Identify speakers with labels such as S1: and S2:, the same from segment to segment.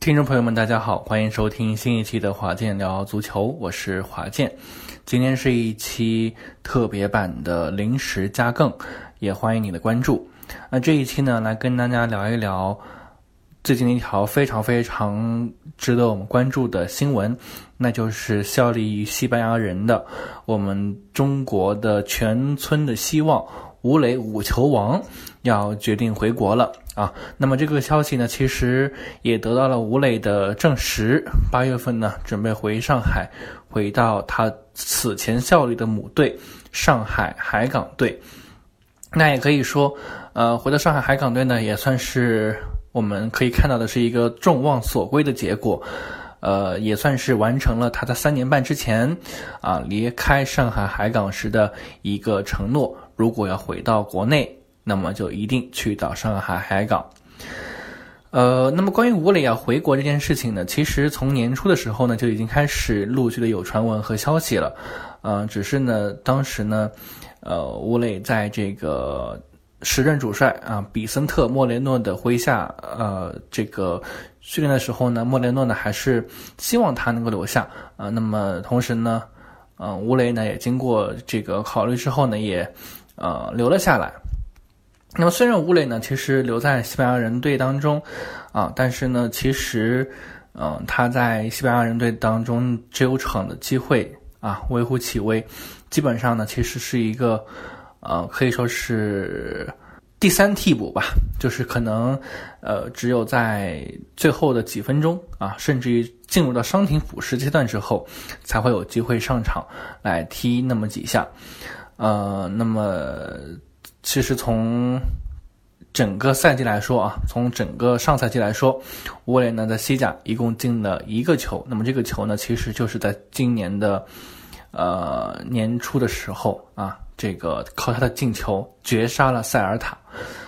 S1: 听众朋友们大家好，欢迎收听新一期的华健聊足球，我是华健。今天是一期特别版的临时加更，也欢迎你的关注。那这一期呢，来跟大家聊一聊最近一条非常值得我们关注的新闻，那就是效力于西班牙人的我们中国的全村的希望吴磊五球王要决定回国了啊。那么这个消息呢，其实也得到了吴磊的证实，8月份呢准备回上海，回到他此前效力的母队上海海港队。那也可以说回到上海海港队呢，也算是我们可以看到的是一个众望所归的结果，也算是完成了他在3年半之前离开上海海港时的一个承诺，如果要回到国内，那么就一定去到上海海港。那么关于吴磊要回国这件事情呢，其实从年初的时候呢就已经开始陆续的有传闻和消息了，只是呢当时呢吴磊在这个时任主帅比森特莫雷诺的麾下这个训练的时候呢，莫雷诺呢还是希望他能够留下那么同时呢吴磊呢也经过这个考虑之后呢也留了下来。那么虽然吴磊呢其实留在西班牙人队当中但是呢其实他在西班牙人队当中只有场的机会微乎其微，基本上呢其实是一个可以说是第3替补吧，就是可能只有在最后的几分钟甚至于进入到伤停补时阶段之后才会有机会上场来踢那么几下。那么其实从整个赛季来说从整个上赛季来说，吴磊呢在西甲一共进了1个球，那么这个球呢其实就是在今年的年初的时候这个靠他的进球绝杀了塞尔塔。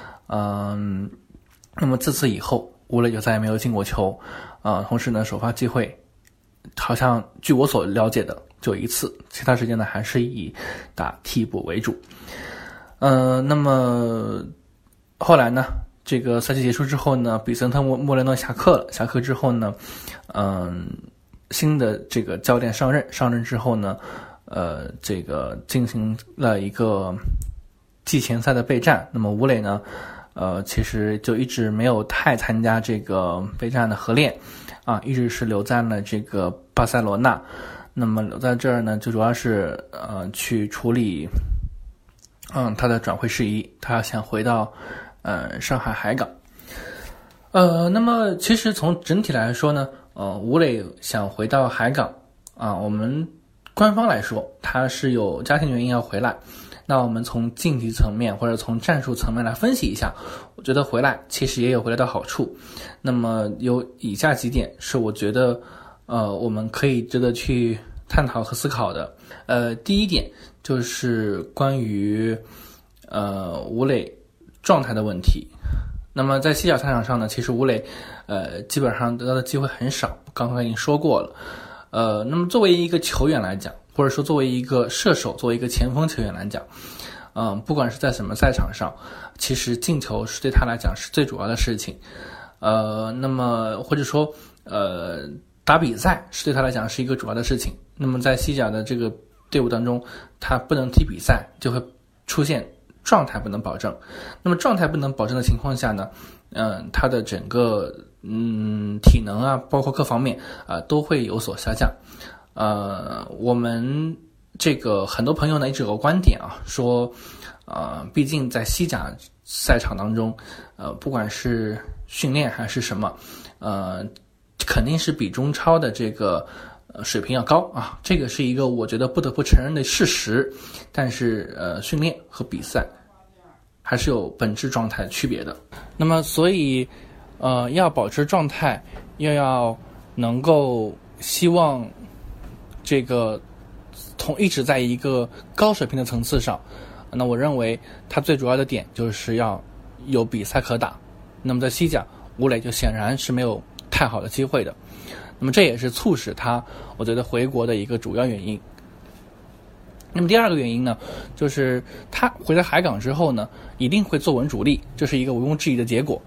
S1: 那么自此以后吴磊就再也没有进过球同时呢首发机会好像据我所了解的就1次，其他时间呢还是以打替补为主。那么后来呢这个赛季结束之后呢，比森特莫雷诺下课了，下课之后呢新的这个教练上任之后呢这个进行了一个季前赛的备战。那么吴磊呢其实就一直没有太参加这个备战的合练一直是留在了这个巴塞罗那。那么留在这儿呢就主要是去处理他的转会事宜，他想回到上海海港。那么其实从整体来说呢吴磊想回到海港我们官方来说他是有家庭原因要回来。那我们从竞技层面或者从战术层面来分析一下，我觉得回来其实也有回来的好处。那么有以下几点是我觉得我们可以值得去探讨和思考的。第一点就是关于吴磊状态的问题。那么在西甲赛场上呢，其实吴磊基本上得到的机会很少，刚刚已经说过了。那么作为一个球员来讲，或者说作为一个射手，作为一个前锋球员来讲不管是在什么赛场上，其实进球是对他来讲是最主要的事情。那么或者说打比赛是对他来讲是一个主要的事情。那么在西甲的这个队伍当中，他不能踢比赛，就会出现状态不能保证。那么状态不能保证的情况下呢他的整个体能包括各方面都会有所下降。我们这个很多朋友呢一直有个观点说毕竟在西甲赛场当中不管是训练还是什么肯定是比中超的这个水平要高这个是一个我觉得不得不承认的事实。但是训练和比赛还是有本质状态区别的。那么所以要保持状态，又要能够希望这个一直在一个高水平的层次上，那我认为他最主要的点就是要有比赛可打。那么在西甲吴磊就显然是没有太好的机会的，那么这也是促使他我觉得回国的一个主要原因。那么第二个原因呢，就是他回到海港之后呢，一定会坐稳主力，这是一个毋庸置疑的结果。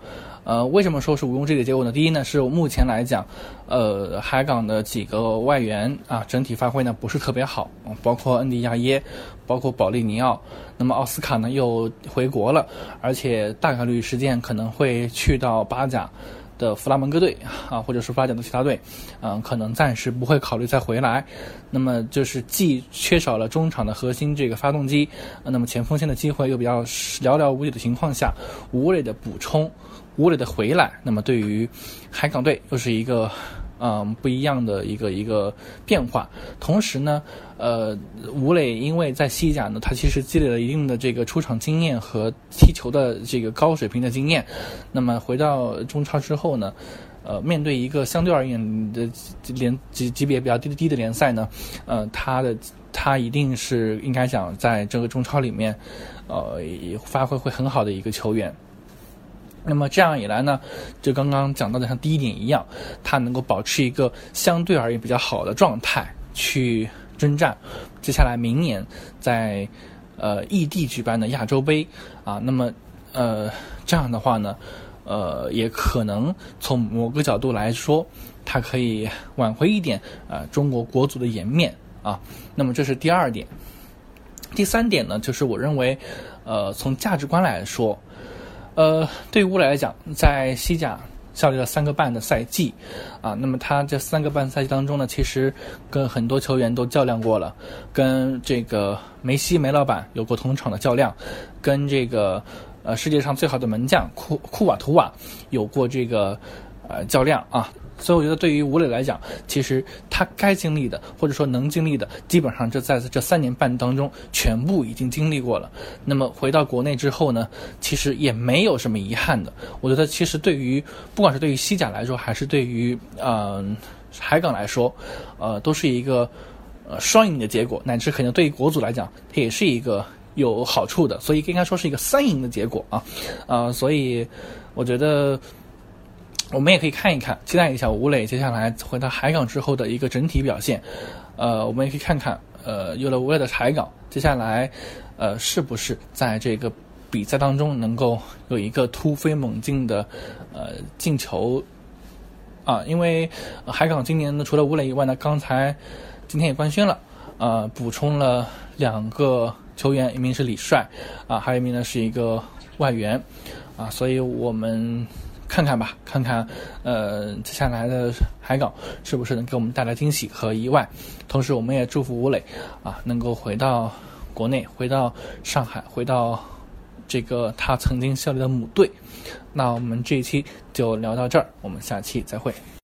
S1: 为什么说是毋庸置疑的结果呢？第一呢，是目前来讲，海港的几个外援啊，整体发挥呢不是特别好，包括恩迪亚耶，包括保利尼奥。那么奥斯卡呢又回国了，而且大概率事件可能会去到巴甲的弗拉门戈队啊，或者是巴甲的其他队，可能暂时不会考虑再回来。那么就是既缺少了中场的核心这个发动机，那么前锋线的机会又比较寥寥无几的情况下，吴磊的补充，吴磊的回来，那么对于海港队又是一个不一样的一个变化。同时呢，吴磊因为在西甲呢，他其实积累了一定的这个出场经验和踢球的这个高水平的经验。那么回到中超之后呢，面对一个相对而言的级别比较低的联赛呢，他一定是应该讲在这个中超里面，发挥会很好的一个球员。那么这样一来呢，就刚刚讲到的像第一点一样，他能够保持一个相对而言比较好的状态去征战接下来明年在异地举办的亚洲杯啊。那么这样的话呢，也可能从某个角度来说，他可以挽回一点中国国足的颜面啊。那么这是第二点。第三点呢，就是我认为从价值观来说，对于吴磊来讲，在西甲效力了3个半的赛季啊，那么他这3个半赛季当中呢，其实跟很多球员都较量过了，跟这个梅西梅老板有过同场的较量，跟这个世界上最好的门将库瓦图瓦有过这个较量啊。所以我觉得对于吴磊来讲，其实他该经历的或者说能经历的，基本上在这3年半当中全部已经经历过了。那么回到国内之后呢，其实也没有什么遗憾的。我觉得其实对于不管是对于西甲来说，还是对于海港来说，都是一个双赢的结果，乃至可能对于国足来讲，它也是一个有好处的，所以应该说是一个3赢的结果啊。所以我觉得我们也可以看一看，期待一下吴磊接下来回到海港之后的一个整体表现。我们也可以看看，有了吴磊的海港，接下来是不是在这个比赛当中能够有一个突飞猛进的进球啊？因为海港今年呢，除了吴磊以外呢，今天也官宣了，补充了2个球员，一名是李帅啊，还有一名呢是一个外援啊，所以我们看看吧，看看接下来的海港是不是能给我们带来惊喜和意外。同时我们也祝福吴磊啊能够回到国内，回到上海，回到这个他曾经效力的母队。那我们这一期就聊到这儿，我们下期再会。